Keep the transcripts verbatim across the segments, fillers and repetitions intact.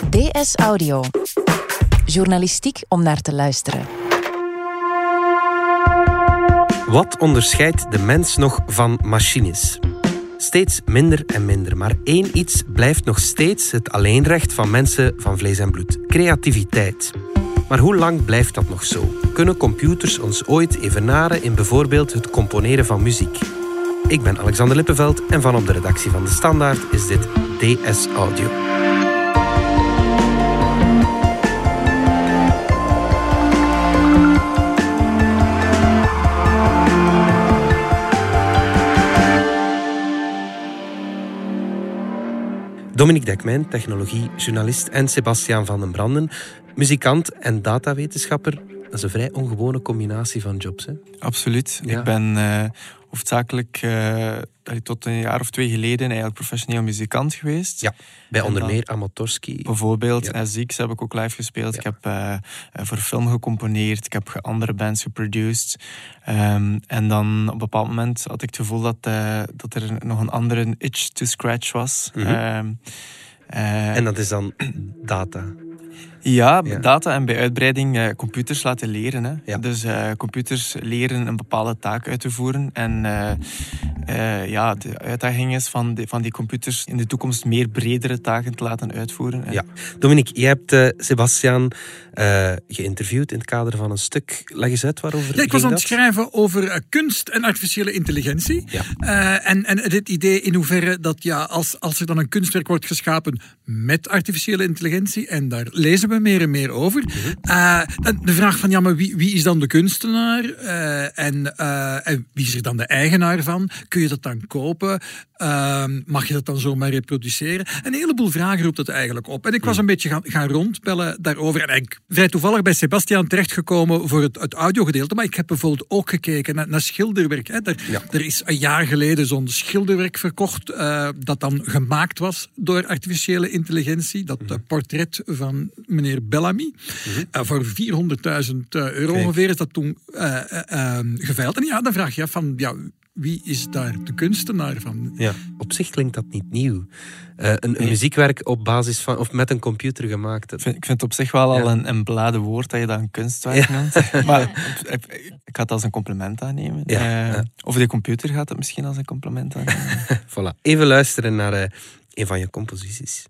D S Audio. Journalistiek om naar te luisteren. Wat onderscheidt de mens nog van machines? Steeds minder en minder, maar één iets blijft nog steeds het alleenrecht van mensen van vlees en bloed. Creativiteit. Maar hoe lang blijft dat nog zo? Kunnen computers ons ooit evenaren in bijvoorbeeld het componeren van muziek? Ik ben Alexander Lippenveld en van op de redactie van De Standaard is dit D S Audio. Dominique Dekmijn, technologiejournalist, en Sebastiaan van den Branden, muzikant en datawetenschapper. Dat is een vrij ongewone combinatie van jobs, hè? Absoluut. Ja. Ik ben uh, hoofdzakelijk uh, tot een jaar of twee geleden eigenlijk professioneel muzikant geweest. Ja, bij onder dan, meer Amatorski. Bijvoorbeeld, ja. en Zieks heb ik ook live gespeeld. Ja. Ik heb uh, voor film gecomponeerd. Ik heb andere bands geproduced. Um, en dan op een bepaald moment had ik het gevoel dat, uh, dat er nog een andere itch to scratch was. Mm-hmm. Um, uh, en dat is dan data. Ja, ja, data en bij uitbreiding uh, computers laten leren. Hè. Ja. Dus uh, computers leren een bepaalde taak uit te voeren. En uh, uh, ja, de uitdaging is van, de, van die computers in de toekomst meer bredere taken te laten uitvoeren. Ja. Dominique, je hebt uh, Sebastiaan uh, geïnterviewd in het kader van een stuk. Leg eens uit waarover ja, ik was aan het dat? schrijven over uh, kunst en artificiële intelligentie. Ja. Uh, en, en het idee in hoeverre dat ja, als, als er dan een kunstwerk wordt geschapen met artificiële intelligentie, en daar lezen we meer en meer over. Mm-hmm. Uh, de vraag van, ja, maar wie, wie is dan de kunstenaar? Uh, en, uh, en wie is er dan de eigenaar van? Kun je dat dan kopen? Uh, mag je dat dan zomaar reproduceren? Een heleboel vragen roept het eigenlijk op. En ik was een beetje gaan, gaan rondbellen daarover. En ik vrij toevallig bij Sebastiaan terechtgekomen voor het, het audiogedeelte. Maar ik heb bijvoorbeeld ook gekeken naar, naar schilderwerk. Hè. Er, ja. er is een jaar geleden zo'n schilderwerk verkocht uh, dat dan gemaakt was door artificiële intelligentie. Dat uh, portret van meneer Bellamy. Mm-hmm. Uh, voor vierhonderdduizend euro Kijk. ongeveer is dat toen uh, uh, uh, geveild. En ja, dan vraag je af van, ja, wie is daar de kunstenaar van? Ja, op zich klinkt dat niet nieuw. Uh, een, een nee. muziekwerk op basis van, of met een computer gemaakt. Ik vind, ik vind het op zich wel ja. al een, een beladen woord dat je dat een kunstwerk ja. noemt. Maar ik, ik ga het als een compliment aannemen. Ja. Uh, ja. Of de computer gaat het misschien als een compliment aannemen. Voilà. Even luisteren naar uh, een van je composities.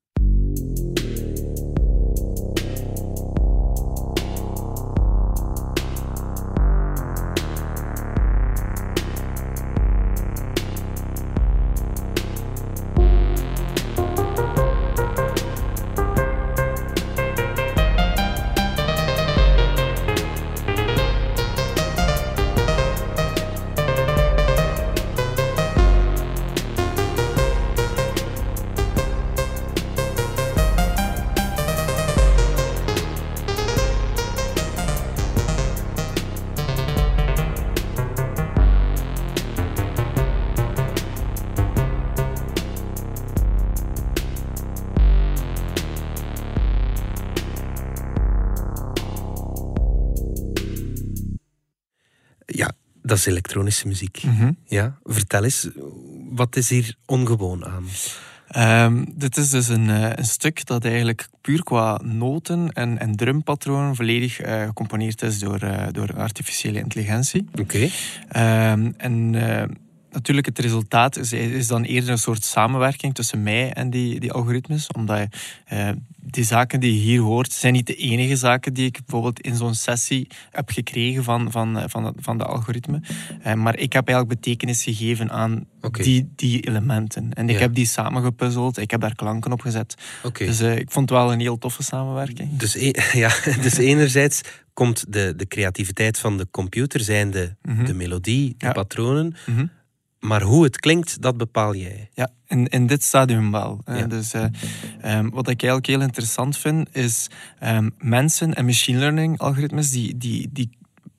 Ja, dat is elektronische muziek. Mm-hmm. Ja, vertel eens, wat is hier ongewoon aan? Um, dit is dus een, uh, een stuk dat eigenlijk puur qua noten en, en drumpatronen volledig uh, gecomponeerd is door, uh, door artificiële intelligentie. Oké. Okay. Um, en uh, natuurlijk, het resultaat is, is dan eerder een soort samenwerking tussen mij en die, die algoritmes, omdat je, uh, die zaken die je hier hoort, zijn niet de enige zaken die ik bijvoorbeeld in zo'n sessie heb gekregen van, van, van, de, van de algoritme. Uh, maar ik heb eigenlijk betekenis gegeven aan okay. die, die elementen. En ik ja. heb die samengepuzzeld, ik heb daar klanken op gezet. Okay. Dus uh, ik vond het wel een heel toffe samenwerking. Dus, e- ja, dus enerzijds komt de, de creativiteit van de computer, zijn de, mm-hmm. de melodie, de ja. patronen. Mm-hmm. Maar hoe het klinkt, dat bepaal jij. Ja, in, in dit stadium wel. Ja. Dus, uh, um, wat ik eigenlijk heel interessant vind, is um, mensen en machine learning algoritmes, die, die, die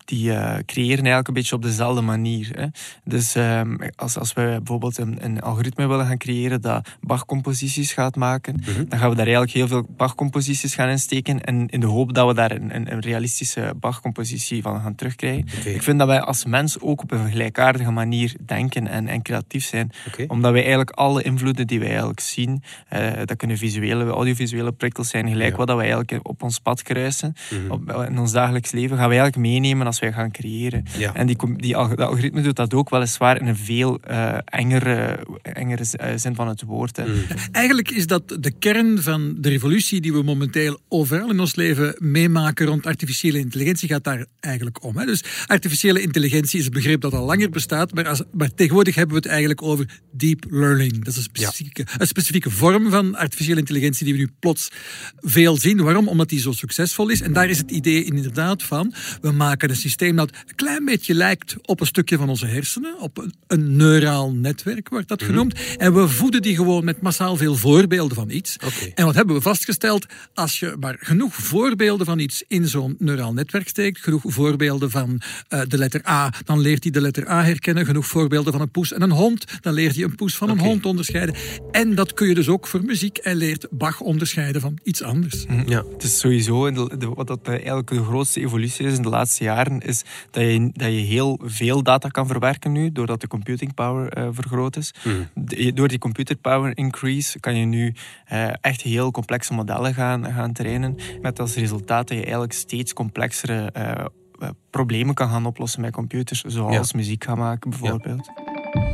die uh, creëren eigenlijk een beetje op dezelfde manier. Hè. Dus um, als, als we bijvoorbeeld een, een algoritme willen gaan creëren dat Bach-composities gaat maken, mm-hmm. dan gaan we daar eigenlijk heel veel Bach-composities gaan insteken en in de hoop dat we daar een, een, een realistische Bach-compositie van gaan terugkrijgen. Okay. Ik vind dat wij als mens ook op een gelijkaardige manier denken en, en creatief zijn. Okay. Omdat wij eigenlijk alle invloeden die wij eigenlijk zien, uh, dat kunnen visuele, audiovisuele prikkels zijn, gelijk ja. wat dat wij eigenlijk op ons pad kruisen, mm-hmm. op, in ons dagelijks leven, gaan wij eigenlijk meenemen als wij gaan creëren. Ja. En die, die, dat algoritme doet dat ook weliswaar in een veel uh, engere, engere zin van het woord. Hè. Mm. Eigenlijk is dat de kern van de revolutie die we momenteel overal in ons leven meemaken rond artificiële intelligentie, gaat daar eigenlijk om. Hè. Dus artificiële intelligentie is een begrip dat al langer bestaat, maar, als, maar tegenwoordig hebben we het eigenlijk over deep learning. Dat is een specifieke, ja. een specifieke vorm van artificiële intelligentie die we nu plots veel zien. Waarom? Omdat die zo succesvol is. En daar is het idee inderdaad van, we maken een systeem dat een klein beetje lijkt op een stukje van onze hersenen, op een, een neuraal netwerk wordt dat mm-hmm. genoemd. En we voeden die gewoon met massaal veel voorbeelden van iets. Okay. En wat hebben we vastgesteld? Als je maar genoeg voorbeelden van iets in zo'n neuraal netwerk steekt, genoeg voorbeelden van uh, de letter A, dan leert hij de letter A herkennen. Genoeg voorbeelden van een poes en een hond, dan leert hij een poes van okay. een hond onderscheiden. En dat kun je dus ook voor muziek. En leert Bach onderscheiden van iets anders. Ja, het is sowieso, de, de, wat dat eigenlijk de grootste evolutie is in de laatste jaren, is dat je, dat je heel veel data kan verwerken nu, doordat de computing power uh, vergroot is. Mm. De, door die computer power increase kan je nu uh, echt heel complexe modellen gaan, gaan trainen, met als resultaat dat je eigenlijk steeds complexere uh, uh, problemen kan gaan oplossen met computers, zoals ja. muziek gaan maken bijvoorbeeld. Ja.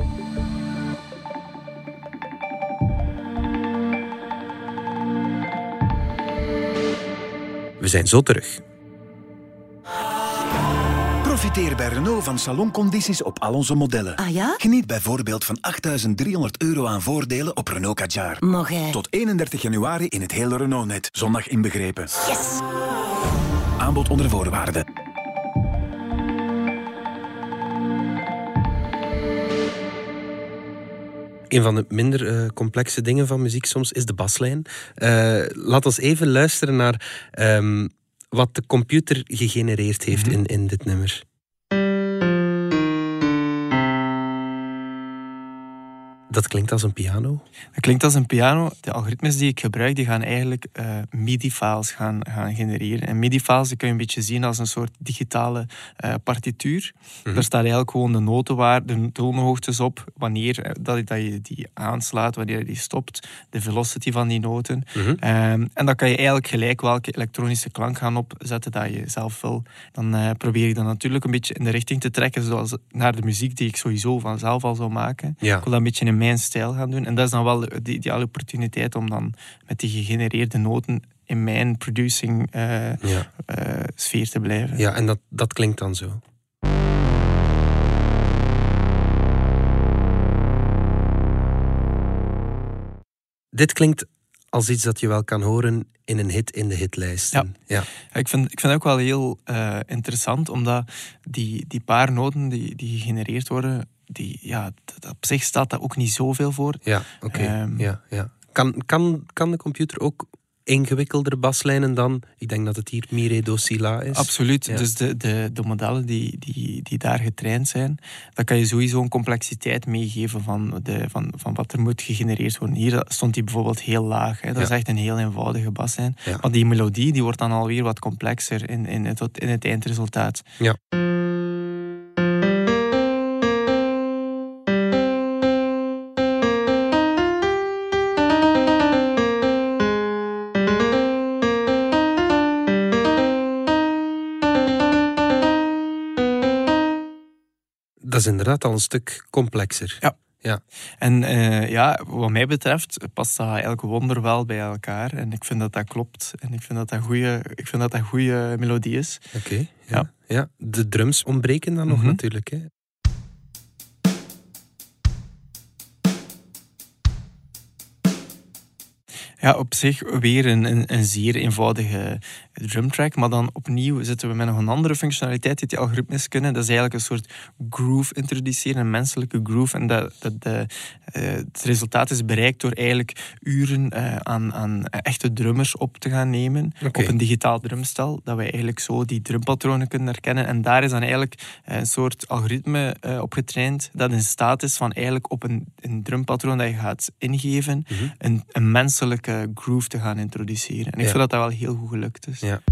We zijn zo terug. Profiteer bij Renault van saloncondities op al onze modellen. Ah ja? Geniet bijvoorbeeld van achtduizend driehonderd euro aan voordelen op Renault Kadjar. Mag hij? Tot eenendertig januari in het hele Renault-net. Zondag inbegrepen. Yes! Aanbod onder voorwaarden. Een van de minder uh, complexe dingen van muziek soms is de baslijn. Uh, laat ons even luisteren naar um, wat de computer gegenereerd heeft mm-hmm. in, in dit nummer. Dat klinkt als een piano. Dat klinkt als een piano. De algoritmes die ik gebruik, die gaan eigenlijk uh, MIDI-files gaan, gaan genereren. En MIDI-files die kun je een beetje zien als een soort digitale uh, partituur. Mm-hmm. Daar staat eigenlijk gewoon de notenwaarde, de toonhoogtes op, wanneer dat je, dat je die aanslaat, wanneer je die stopt, de velocity van die noten. Mm-hmm. Um, en dan kan je eigenlijk gelijk welke elektronische klank gaan opzetten dat je zelf wil. Dan uh, probeer ik dat natuurlijk een beetje in de richting te trekken, zoals naar de muziek die ik sowieso vanzelf al zou maken. Ja. Ik wil dat een beetje in mijn stijl gaan doen. En dat is dan wel de ideale opportuniteit om dan met die gegenereerde noten in mijn producing uh, ja. uh, sfeer te blijven. Ja, en dat, dat klinkt dan zo. Dit klinkt als iets dat je wel kan horen in een hit in de hitlijsten. Ja, ja. Ik, vind, ik vind het ook wel heel uh, interessant, omdat die, die paar noten die, die gegenereerd worden, die, ja, dat, op zich staat dat ook niet zoveel voor. Ja, oké. Okay. Um, ja, ja. Kan, kan, kan de computer ook ingewikkeldere baslijnen dan? Ik denk dat het hier mi, re, do, si, la is. Absoluut. Ja. Dus de, de, de modellen die, die, die daar getraind zijn, dan kan je sowieso een complexiteit meegeven van, de, van, van wat er moet gegenereerd worden. Hier stond die bijvoorbeeld heel laag. Hè. Dat ja. is echt een heel eenvoudige baslijn. Ja. Maar die melodie die wordt dan alweer wat complexer in, in, het, in het eindresultaat. Ja. Dat is inderdaad al een stuk complexer. Ja. Ja. En uh, ja, wat mij betreft past dat eigenlijk wonderwel bij elkaar. En ik vind dat dat klopt. En ik vind dat dat goede, ik vind dat dat goede melodie is. Oké. Okay, ja. Ja. ja. De drums ontbreken dan nog mm-hmm. natuurlijk. Hè. Ja, op zich weer een, een, een zeer eenvoudige drumtrack, maar dan opnieuw zitten we met nog een andere functionaliteit die die algoritmes kunnen. Dat is eigenlijk een soort groove introduceren, een menselijke groove. En dat, dat de, uh, het resultaat is bereikt door eigenlijk uren uh, aan, aan echte drummers op te gaan nemen, Okay. op een digitaal drumstel, dat wij eigenlijk zo die drumpatronen kunnen herkennen. En daar is dan eigenlijk een soort algoritme uh, op getraind dat in staat is van eigenlijk op een, een drumpatroon dat je gaat ingeven, Mm-hmm. een, een menselijke groove te gaan introduceren. En ik Ja. vind dat dat wel heel goed gelukt is. Ja.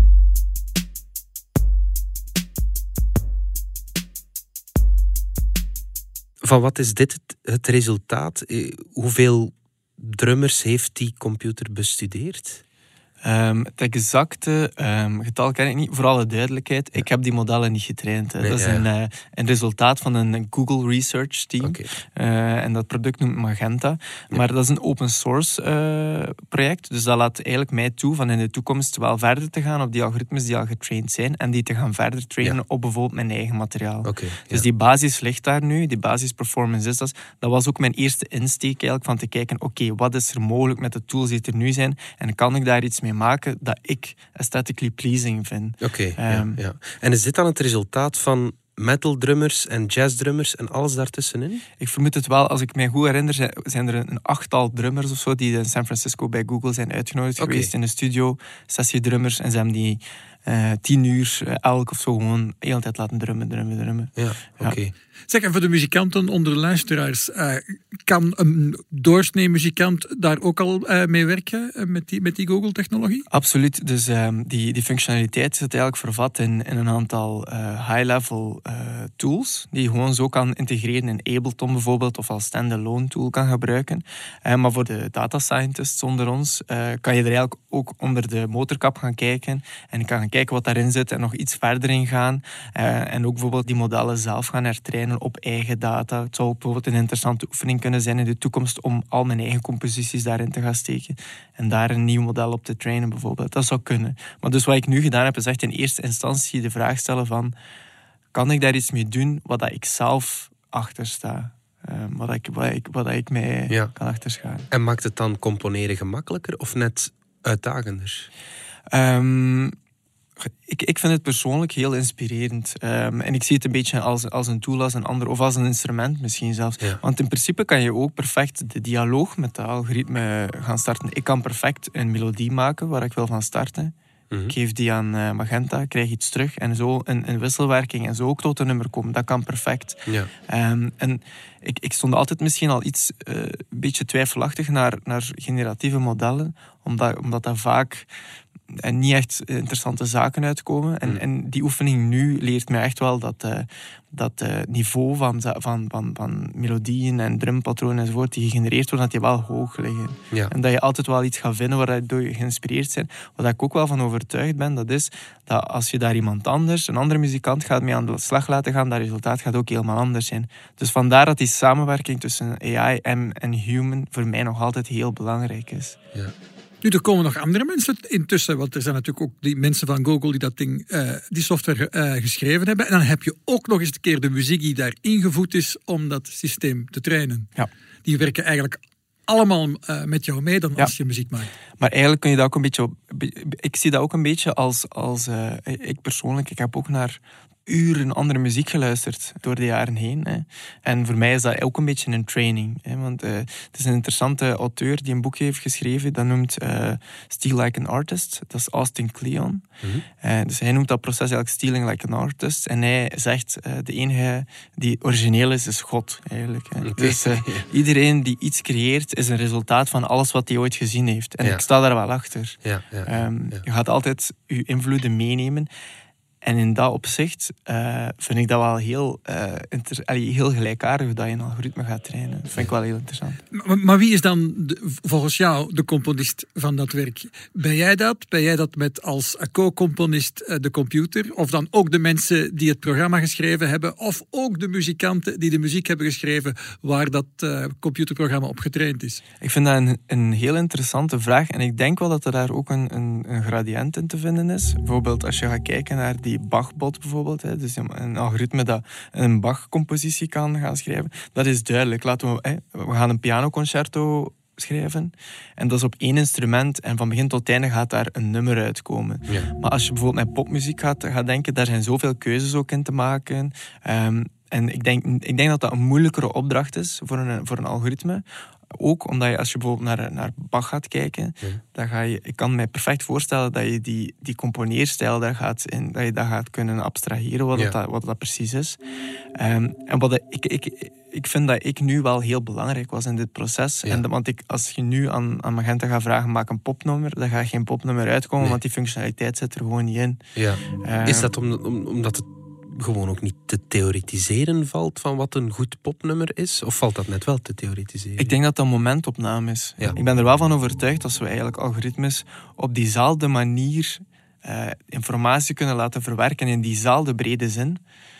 Van wat is dit het, het resultaat? Eh, Hoeveel drummers heeft die computer bestudeerd? Um, het exacte um, getal ken ik niet, voor alle duidelijkheid. Ja. Ik heb die modellen niet getraind. Hè. Nee, dat is ja. een, uh, een resultaat van een Google Research team. Okay. Uh, en dat product noemt Magenta. Ja. Maar dat is een open source uh, project. Dus dat laat eigenlijk mij toe van in de toekomst wel verder te gaan op die algoritmes die al getraind zijn en die te gaan verder trainen ja. op bijvoorbeeld mijn eigen materiaal. Okay, dus ja. die basis ligt daar nu. Die basisperformance is dat. Dat was ook mijn eerste insteek eigenlijk van te kijken, oké, okay, wat is er mogelijk met de tools die er nu zijn en kan ik daar iets mee maken dat ik aesthetically pleasing vind. Oké, okay, um, ja, ja. En is dit dan het resultaat van metal drummers en jazz drummers en alles daartussenin? Ik vermoed het wel. Als ik mij goed herinner, zijn er een achttal drummers of zo die in San Francisco bij Google zijn uitgenodigd okay. geweest in de studio, sessiedrummers, en ze hebben die uh, tien uur uh, elk of zo gewoon de hele tijd laten drummen, drummen, drummen. Ja, oké. Okay. Ja. Zeg, en voor de muzikanten onder luisteraars, uh, kan een doorsnee muzikant daar ook al uh, mee werken, uh, met die, met die Google-technologie? Absoluut. Dus um, die, die functionaliteit zit eigenlijk vervat in, in een aantal uh, high-level uh, tools, die je gewoon zo kan integreren in Ableton bijvoorbeeld, of als standalone tool kan gebruiken. Uh, maar voor de data scientists onder ons uh, kan je er eigenlijk ook onder de motorkap gaan kijken en je kan gaan kijken wat daarin zit en nog iets verder in gaan. Uh, en ook bijvoorbeeld die modellen zelf gaan hertrainen op eigen data. Het zou ook bijvoorbeeld een interessante oefening kunnen zijn in de toekomst om al mijn eigen composities daarin te gaan steken en daar een nieuw model op te trainen bijvoorbeeld. Dat zou kunnen. Maar dus wat ik nu gedaan heb, is echt in eerste instantie de vraag stellen van, kan ik daar iets mee doen wat dat ik zelf achter sta? Um, wat, ik, wat, ik, wat ik mij ja. kan achterscharen. En maakt het dan componeren gemakkelijker of net uitdagender? Um, Ik, ik vind het persoonlijk heel inspirerend. Um, en ik zie het een beetje als, als een tool, als een ander, of als een instrument misschien zelfs. Ja. Want in principe kan je ook perfect de dialoog met de algoritme gaan starten. Ik kan perfect een melodie maken waar ik wil van starten. Mm-hmm. Ik geef die aan uh, Magenta, krijg iets terug en zo een, een wisselwerking en zo ook tot een nummer komen. Dat kan perfect. Ja. Um, en ik, ik stond altijd misschien al iets uh, een beetje twijfelachtig naar, naar generatieve modellen, omdat, omdat dat vaak en niet echt interessante zaken uitkomen. En, mm. en die oefening nu leert mij echt wel dat uh, dat uh, niveau van, van, van, van melodieën en drumpatronen enzovoort die gegenereerd worden, dat die wel hoog liggen. Ja. En dat je altijd wel iets gaat vinden waardoor je geïnspireerd bent. Wat ik ook wel van overtuigd ben, dat is dat als je daar iemand anders, een andere muzikant, gaat mee aan de slag laten gaan, dat resultaat gaat ook helemaal anders zijn. Dus vandaar dat die samenwerking tussen A I en, en human voor mij nog altijd heel belangrijk is. Ja. Nu, er komen nog andere mensen intussen, want er zijn natuurlijk ook die mensen van Google die dat ding, uh, die software uh, geschreven hebben. En dan heb je ook nog eens een keer de muziek die daar ingevoed is om dat systeem te trainen. Ja. Die werken eigenlijk allemaal uh, met jou mee dan ja. als je muziek maakt. Maar eigenlijk kun je dat ook een beetje... Ik zie dat ook een beetje als... als uh, ik persoonlijk, ik heb ook naar uren andere muziek geluisterd door de jaren heen. Hè. En voor mij is dat ook een beetje een training. Hè. Want uh, het is een interessante auteur die een boek heeft geschreven. Dat noemt uh, Steal Like an Artist. Dat is Austin Kleon. Mm-hmm. Uh, dus hij noemt dat proces eigenlijk Stealing Like an Artist. En hij zegt, uh, de enige die origineel is, is God. Eigenlijk, hè. Okay. Dus uh, iedereen die iets creëert, is een resultaat van alles wat hij ooit gezien heeft. En ja. ik sta daar wel achter. Ja, ja, um, ja. Je gaat altijd je invloeden meenemen. En in dat opzicht uh, vind ik dat wel heel, uh, inter- allee, heel gelijkaardig dat je een algoritme gaat trainen. Dat vind ik wel heel interessant. Maar, maar wie is dan de, volgens jou de componist van dat werk? Ben jij dat? Ben jij dat met als co-componist uh, de computer? Of dan ook de mensen die het programma geschreven hebben? Of ook de muzikanten die de muziek hebben geschreven waar dat uh, computerprogramma op getraind is? Ik vind dat een, een heel interessante vraag. En ik denk wel dat er daar ook een, een, een gradient in te vinden is. Bijvoorbeeld als je gaat kijken naar die Bach-bot bijvoorbeeld, hè, dus een algoritme dat een Bach-compositie kan gaan schrijven, dat is duidelijk. Laten we, hè, we gaan een pianoconcerto schrijven. En dat is op één instrument en van begin tot einde gaat daar een nummer uitkomen. Ja. Maar als je bijvoorbeeld naar popmuziek gaat, gaat denken, daar zijn zoveel keuzes ook in te maken. Um, en ik denk, ik denk dat dat een moeilijkere opdracht is voor een, voor een algoritme. Ook omdat je, als je bijvoorbeeld naar, naar Bach gaat kijken, ja. dan ga je, ik kan me perfect voorstellen dat je die, die componeerstijl daar gaat in, dat je dat gaat kunnen abstraheren, wat, ja. dat, wat dat precies is. Um, en wat ik, ik, ik vind dat ik nu wel heel belangrijk was in dit proces. Ja. En de, want ik, als je nu aan, aan Magenta gaat vragen, maak een popnummer, dan gaat geen popnummer uitkomen, nee. want die functionaliteit zit er gewoon niet in. Ja. Um, is dat om, om, omdat het gewoon ook niet te theoretiseren valt van wat een goed popnummer is? Of valt dat net wel te theoretiseren? Ik denk dat dat een momentopname is. Ja. Ik ben er wel van overtuigd dat we eigenlijk algoritmes op diezelfde manier uh, informatie kunnen laten verwerken in diezelfde brede zin.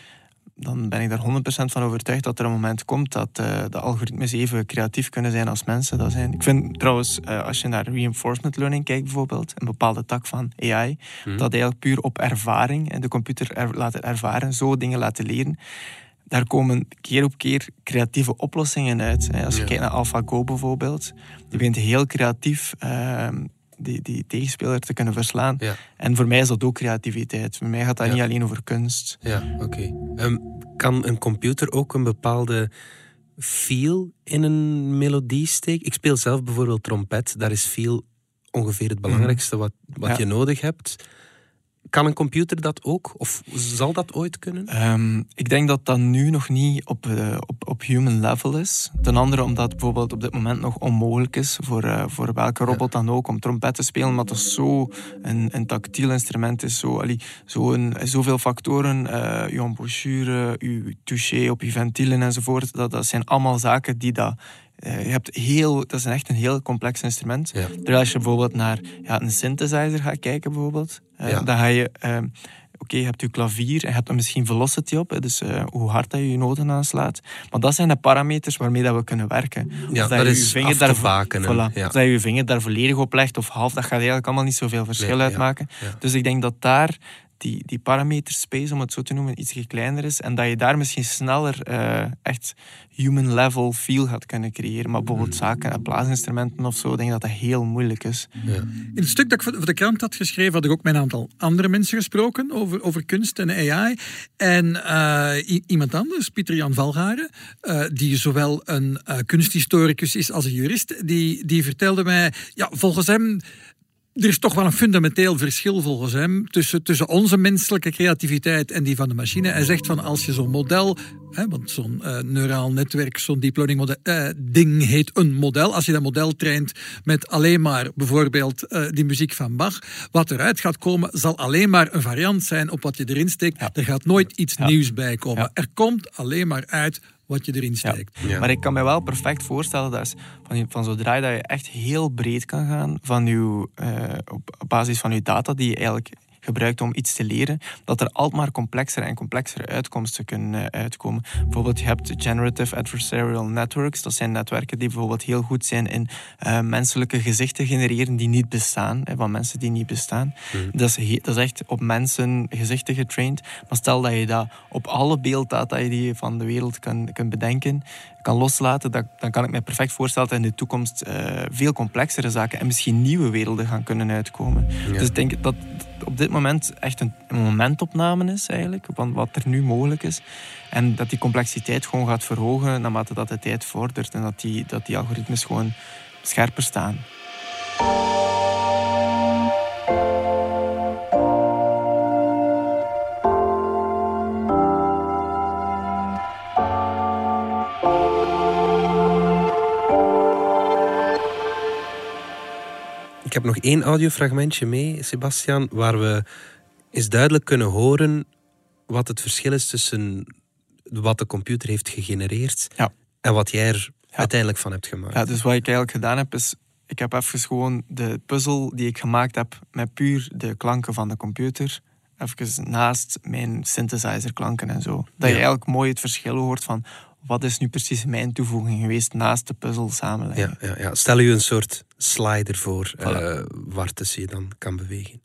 Dan ben ik daar honderd procent van overtuigd dat er een moment komt dat uh, de algoritmes even creatief kunnen zijn als mensen dat zijn. Ik vind trouwens, uh, als je naar reinforcement learning kijkt bijvoorbeeld, een bepaalde tak van A I, hmm. dat eigenlijk puur op ervaring en de computer er, laten ervaren, zo dingen laten leren. Daar komen keer op keer creatieve oplossingen uit. Als je ja. kijkt naar AlphaGo bijvoorbeeld, die begint heel creatief Uh, Die, die tegenspeler te kunnen verslaan. Ja. En voor mij is dat ook creativiteit. Voor mij gaat dat ja. niet alleen over kunst. Ja, oké. Okay. Um, kan een computer ook een bepaalde feel in een melodie steken? Ik speel zelf bijvoorbeeld trompet. Daar is feel ongeveer het belangrijkste wat, wat ja. je nodig hebt. Kan een computer dat ook? Of zal dat ooit kunnen? Um, ik denk dat dat nu nog niet op, uh, op, op human level is. Ten andere omdat het bijvoorbeeld op dit moment nog onmogelijk is voor, uh, voor welke robot ja. dan ook om trompet te spelen, omdat het zo een, een tactiel instrument is. Zo, allee, zo een, zoveel factoren, uh, uw embouchure, uw touché op uw ventielen enzovoort. Dat, dat zijn allemaal zaken die dat... Uh, je hebt heel, dat is echt een heel complex instrument. Ja. Terwijl als je bijvoorbeeld naar ja, een synthesizer gaat kijken, bijvoorbeeld, uh, ja. dan ga je... Uh, Oké, okay, je hebt je klavier en je hebt er misschien velocity op, dus uh, hoe hard dat je je noten aanslaat. Maar dat zijn de parameters waarmee dat we kunnen werken. Ja, of dat, dat is af te bakenen. Voilà, ja. Of dat je je vinger daar volledig op legt of half, dat gaat eigenlijk allemaal niet zoveel verschil nee, uitmaken. Ja, ja. Dus ik denk dat daar... Die, die parameterspace, om het zo te noemen, iets kleiner is. En dat je daar misschien sneller uh, echt human level feel gaat kunnen creëren. Maar bijvoorbeeld zaken, blaasinstrumenten of zo, ik denk dat dat heel moeilijk is. Ja. In het stuk dat ik voor de krant had geschreven, had ik ook met een aantal andere mensen gesproken over, over kunst en A I. En uh, i- iemand anders, Pieter Jan Valgaren, uh, die zowel een uh, kunsthistoricus is als een jurist, die, die vertelde mij, ja, volgens hem... Er is toch wel een fundamenteel verschil volgens hem tussen, tussen onze menselijke creativiteit en die van de machine. Hij zegt van als je zo'n model, hè, want zo'n uh, neuraal netwerk, zo'n deep learning model, uh, ding heet een model. Als je dat model traint met alleen maar bijvoorbeeld uh, die muziek van Bach, wat eruit gaat komen zal alleen maar een variant zijn op wat je erin steekt. Ja. Er gaat nooit iets ja. nieuws bij komen. Ja. Er komt alleen maar uit wat je erin steekt. Ja. Ja. Maar ik kan me wel perfect voorstellen dat is van, van zodra dat je echt heel breed kan gaan van uw, uh, op basis van je data die je eigenlijk gebruikt om iets te leren, dat er altijd maar complexere en complexere uitkomsten kunnen uh, uitkomen. Bijvoorbeeld, je hebt generative adversarial networks. Dat zijn netwerken die bijvoorbeeld heel goed zijn in uh, menselijke gezichten genereren die niet bestaan, hè, van mensen die niet bestaan. Mm. Dat, is he- dat is echt op mensen gezichten getraind. Maar stel dat je dat op alle beelddata die je van de wereld kan, kan bedenken, kan loslaten, dat, dan kan ik me perfect voorstellen dat in de toekomst uh, veel complexere zaken en misschien nieuwe werelden gaan kunnen uitkomen. Ja. Dus ik denk dat op dit moment echt een, een momentopname is eigenlijk, van wat er nu mogelijk is. En dat die complexiteit gewoon gaat verhogen naarmate dat de tijd vordert en dat die, dat die algoritmes gewoon scherper staan. Ik heb nog één audiofragmentje mee, Sebastian, waar we eens duidelijk kunnen horen wat het verschil is tussen wat de computer heeft gegenereerd ja. en wat jij er ja. uiteindelijk van hebt gemaakt. Ja, dus wat ik eigenlijk gedaan heb, is ik heb even gewoon de puzzel die ik gemaakt heb met puur de klanken van de computer, even naast mijn synthesizer-klanken en zo. Dat ja. je eigenlijk mooi het verschil hoort van wat is nu precies mijn toevoeging geweest naast de puzzel samenlegging. Ja, ja, ja. Stel je een soort slider voor voilà. uh, waar tussen je dan kan bewegen.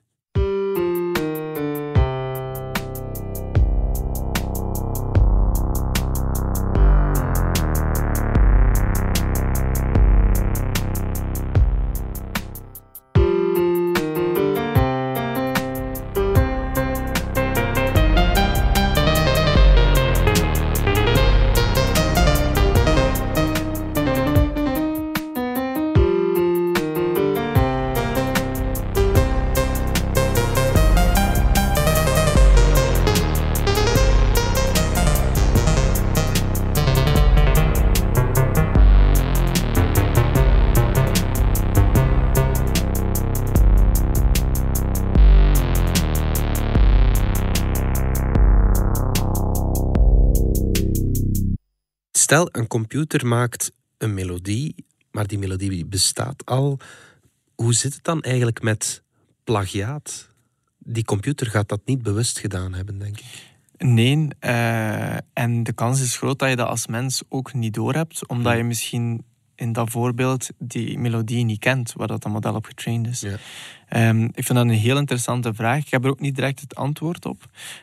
Stel, een computer maakt een melodie, maar die melodie bestaat al. Hoe zit het dan eigenlijk met plagiaat? Die computer gaat dat niet bewust gedaan hebben, denk ik. Nee, uh, en de kans is groot dat je dat als mens ook niet doorhebt, omdat je misschien in dat voorbeeld die melodie niet kent, waar dat model op getraind is. Ja. Um, ik vind dat een heel interessante vraag. Ik heb er ook niet direct het antwoord op.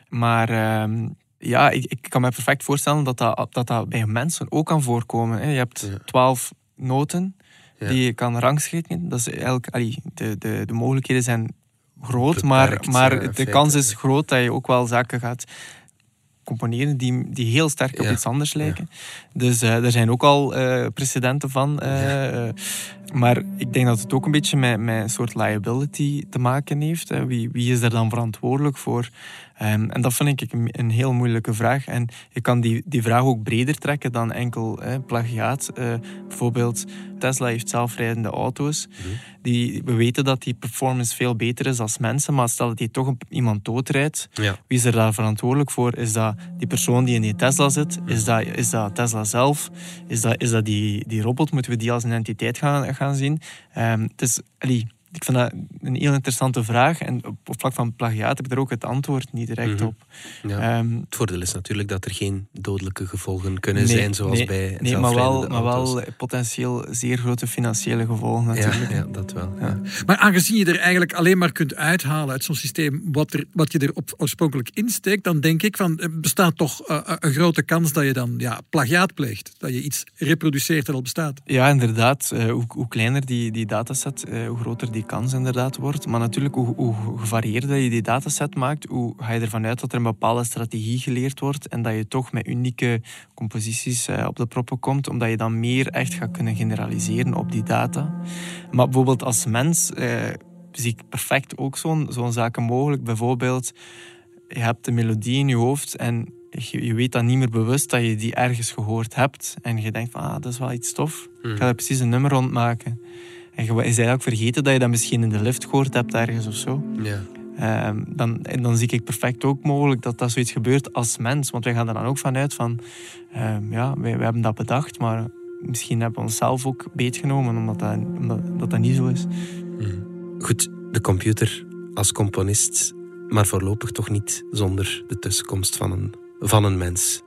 Maar um, ja, ik, ik kan me perfect voorstellen dat dat, dat dat bij mensen ook kan voorkomen. Hè. Je hebt twaalf ja. noten ja. die je kan rangschikken. Dat is eigenlijk, allee, de, de, de mogelijkheden zijn groot, Beperkt, maar, maar ja, de kans is groot dat je ook wel zaken gaat componeren die, die heel sterk op ja. iets anders lijken. Ja. Dus uh, er zijn ook al uh, precedenten van. Uh, ja. uh, maar ik denk dat het ook een beetje met, met een soort liability te maken heeft. Hè. Wie, wie is er dan verantwoordelijk voor? Um, en dat vind ik een, een heel moeilijke vraag. En je kan die, die vraag ook breder trekken dan enkel hè, plagiaat. Uh, bijvoorbeeld, Tesla heeft zelfrijdende auto's. Mm-hmm. Die, we weten dat die performance veel beter is als mensen, maar stel dat die toch een, iemand doodrijdt, ja. wie is er daar verantwoordelijk voor? Is dat die persoon die in die Tesla zit? Is dat, is dat Tesla zelf? Is dat, is dat die, die robot? Moeten we die als een entiteit gaan, gaan zien? Um, het is... Allee, Ik vind dat een heel interessante vraag. En op vlak van plagiaat heb ik er ook het antwoord niet direct mm-hmm. op. Ja. Um, het voordeel is natuurlijk dat er geen dodelijke gevolgen kunnen nee, zijn, zoals nee, bij Nee, maar wel, maar wel potentieel zeer grote financiële gevolgen natuurlijk. Ja, ja dat wel. Ja. Ja. Maar aangezien je er eigenlijk alleen maar kunt uithalen uit zo'n systeem wat, er, wat je er op, oorspronkelijk insteekt, dan denk ik van, er bestaat toch uh, een grote kans dat je dan ja, plagiaat pleegt. Dat je iets reproduceert dat al bestaat. Ja, inderdaad. Uh, hoe, hoe kleiner die, die dataset, uh, hoe groter die kans inderdaad wordt. Maar natuurlijk, hoe, hoe gevarieerder je die dataset maakt, hoe ga je ervan uit dat er een bepaalde strategie geleerd wordt en dat je toch met unieke composities uh, op de proppen komt, omdat je dan meer echt gaat kunnen generaliseren op die data. Maar bijvoorbeeld als mens uh, zie ik perfect ook zo'n, zo'n zaken mogelijk. Bijvoorbeeld, je hebt een melodie in je hoofd en je, je weet dan niet meer bewust dat je die ergens gehoord hebt. En je denkt van, ah, dat is wel iets tof. Mm. Ik ga er precies een nummer rondmaken. En je is eigenlijk vergeten dat je dat misschien in de lift gehoord hebt ergens of zo. Ja. Um, dan, en dan zie ik perfect ook mogelijk dat dat zoiets gebeurt als mens. Want wij gaan er dan ook vanuit van... Um, ja, wij, wij hebben dat bedacht, maar misschien hebben we onszelf ook beetgenomen, omdat dat, omdat, dat, dat niet zo is. Mm. Goed, de computer als componist, maar voorlopig toch niet zonder de tussenkomst van een, van een mens.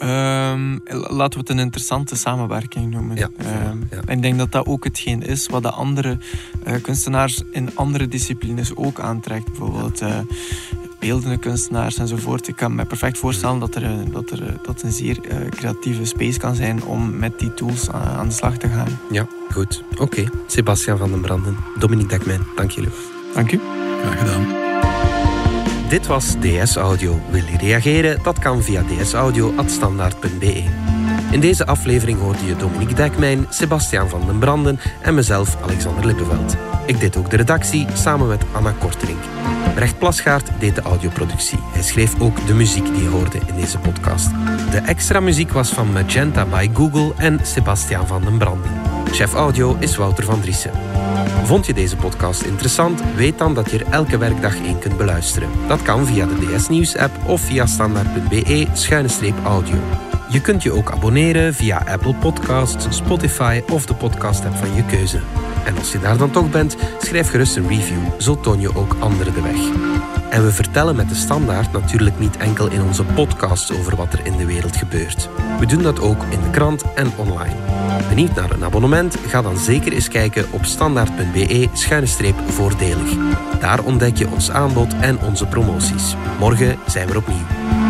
Um, laten we het een interessante samenwerking noemen. Ja, um, ja. En ik denk dat dat ook hetgeen is wat de andere uh, kunstenaars in andere disciplines ook aantrekt. Bijvoorbeeld uh, beeldende kunstenaars enzovoort. Ik kan me perfect voorstellen dat er, dat er dat een zeer uh, creatieve space kan zijn om met die tools uh, aan de slag te gaan. Ja, goed. Oké. Okay. Sebastiaan van den Branden, Dominique Dekmijn, dank jullie. Dank u. Graag gedaan. Dit was D S Audio. Wil je reageren? Dat kan via dsaudio at standaard punt b e. In deze aflevering hoorde je Dominique Dekmijn, Sebastiaan van den Branden en mezelf, Alexander Lippenveld. Ik deed ook de redactie, samen met Anna Korterink. Brecht Plasgaard deed de audioproductie. Hij schreef ook de muziek die je hoorde in deze podcast. De extra muziek was van Magenta by Google en Sebastiaan van den Branden. Chef audio is Wouter van Driessen. Vond je deze podcast interessant? Weet dan dat je er elke werkdag één kunt beluisteren. Dat kan via de D S Nieuws app of via standaard punt b e schuine streep audio. Je kunt je ook abonneren via Apple Podcasts, Spotify of de podcast-app van je keuze. En als je daar dan toch bent, schrijf gerust een review. Zo toon je ook anderen de weg. En we vertellen met de Standaard natuurlijk niet enkel in onze podcasts over wat er in de wereld gebeurt. We doen dat ook in de krant en online. Benieuwd naar een abonnement? Ga dan zeker eens kijken op standaard punt b e schuine streep voordelig. Daar ontdek je ons aanbod en onze promoties. Morgen zijn we er opnieuw.